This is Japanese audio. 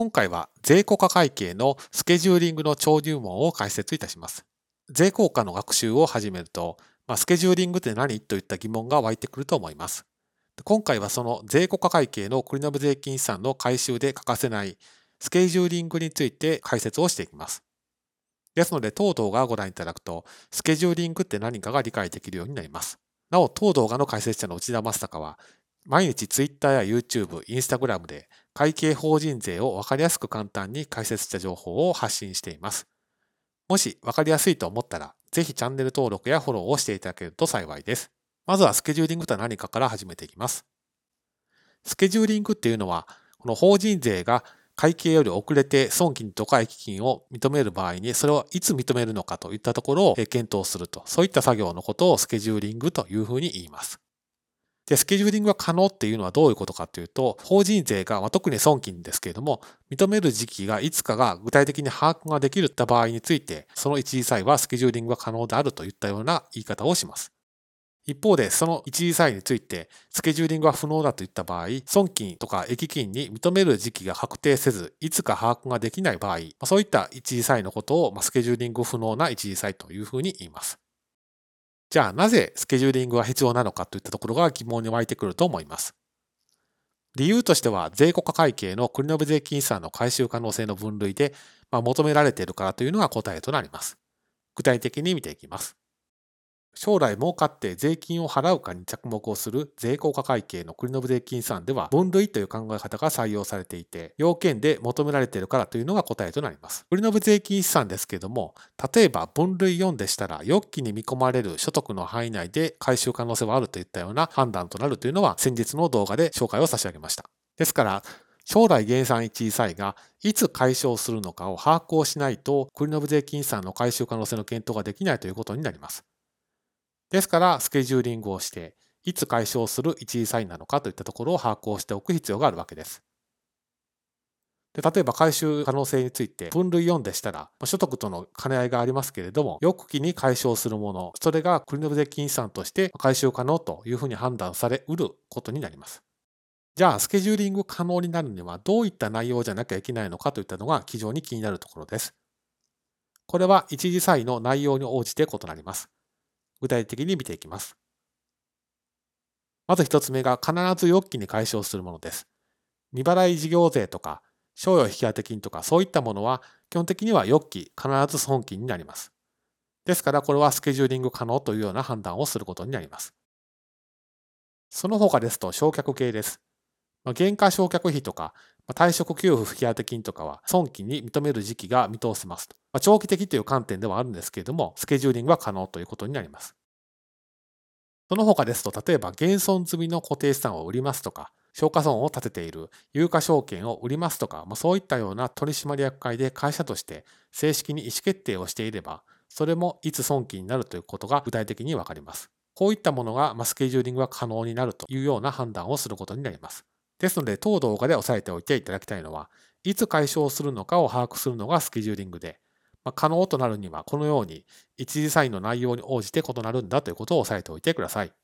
今回は税効果会計のスケジューリングの超入門を解説いたします。税効果の学習を始めると、スケジューリングって何といった疑問が湧いてくると思います。今回はその税効果会計の繰延税金資産の回収で欠かせないスケジューリングについて解説をしていきます。ですので当動画をご覧いただくと、スケジューリングって何かが理解できるようになります。なお、当動画の解説者の内田正孝は、毎日 Twitter や YouTube、Instagram で会計法人税を分かりやすく簡単に解説した情報を発信しています。もし分かりやすいと思ったら、ぜひチャンネル登録やフォローをしていただけると幸いです。まずはスケジューリングとは何かから始めていきます。スケジューリングっていうのは、この法人税が会計より遅れて損金とか益金を認める場合に、それをいつ認めるのかといったところを検討すると、そういった作業のことをスケジューリングというふうに言います。で、スケジューリングが可能っていうのはどういうことかというと、法人税が、特に損金ですけれども、認める時期がいつかが具体的に把握ができるった場合について、その一時際はスケジューリングが可能であるといったような言い方をします。一方で、その一時際について、スケジューリングが不能だといった場合、損金とか益金に認める時期が確定せず、いつか把握ができない場合、そういった一時際のことを、スケジューリング不能な一時際というふうに言います。じゃあなぜスケジューリングが必要なのかといったところが疑問に湧いてくると思います。理由としては、税効果会計の繰延税金資産の回収可能性の分類で、求められているからというのが答えとなります。具体的に見ていきます。将来儲かって税金を払うかに着目をする税効果会計の繰延税金資産では、分類という考え方が採用されていて、要件で求められているからというのが答えとなります。繰延税金資産ですけれども、例えば分類4でしたら、預期に見込まれる所得の範囲内で回収可能性はあるといったような判断となるというのは、先日の動画で紹介を差し上げました。ですから、将来減産一時債がいつ解消するのかを把握をしないと、繰延税金資産の回収可能性の検討ができないということになります。ですから、スケジューリングをして、いつ解消する一時債なのかといったところを把握をしておく必要があるわけです。で、例えば回収可能性について、分類4でしたら、所得との兼ね合いがありますけれども、翌期に解消するもの、それが繰延税金資産として回収可能というふうに判断されうることになります。じゃあ、スケジューリング可能になるにはどういった内容じゃなきゃいけないのかといったのが非常に気になるところです。これは一時債の内容に応じて異なります。具体的に見ていきます。まず一つ目が必ず翌期に解消するものです。未払い事業税とか、賞与引当金とかそういったものは基本的には翌期必ず損金になります。ですからこれはスケジューリング可能というような判断をすることになります。その他ですと償却系です。減価償却費とか、退職給付引当金とかは損金に認める時期が見通せますと。長期的という観点ではあるんですけれども、スケジューリングは可能ということになります。その他ですと、例えば減損済みの固定資産を売りますとか、消化損を立てている有価証券を売りますとか、そういったような取締役会で会社として正式に意思決定をしていれば、それもいつ損金になるということが具体的にわかります。こういったものがスケジューリングが可能になるというような判断をすることになります。ですので、当動画で押さえておいていただきたいのは、いつ解消するのかを把握するのがスケジューリングで、可能となるにはこのように一時債の内容に応じて異なるんだということを押さえておいてください。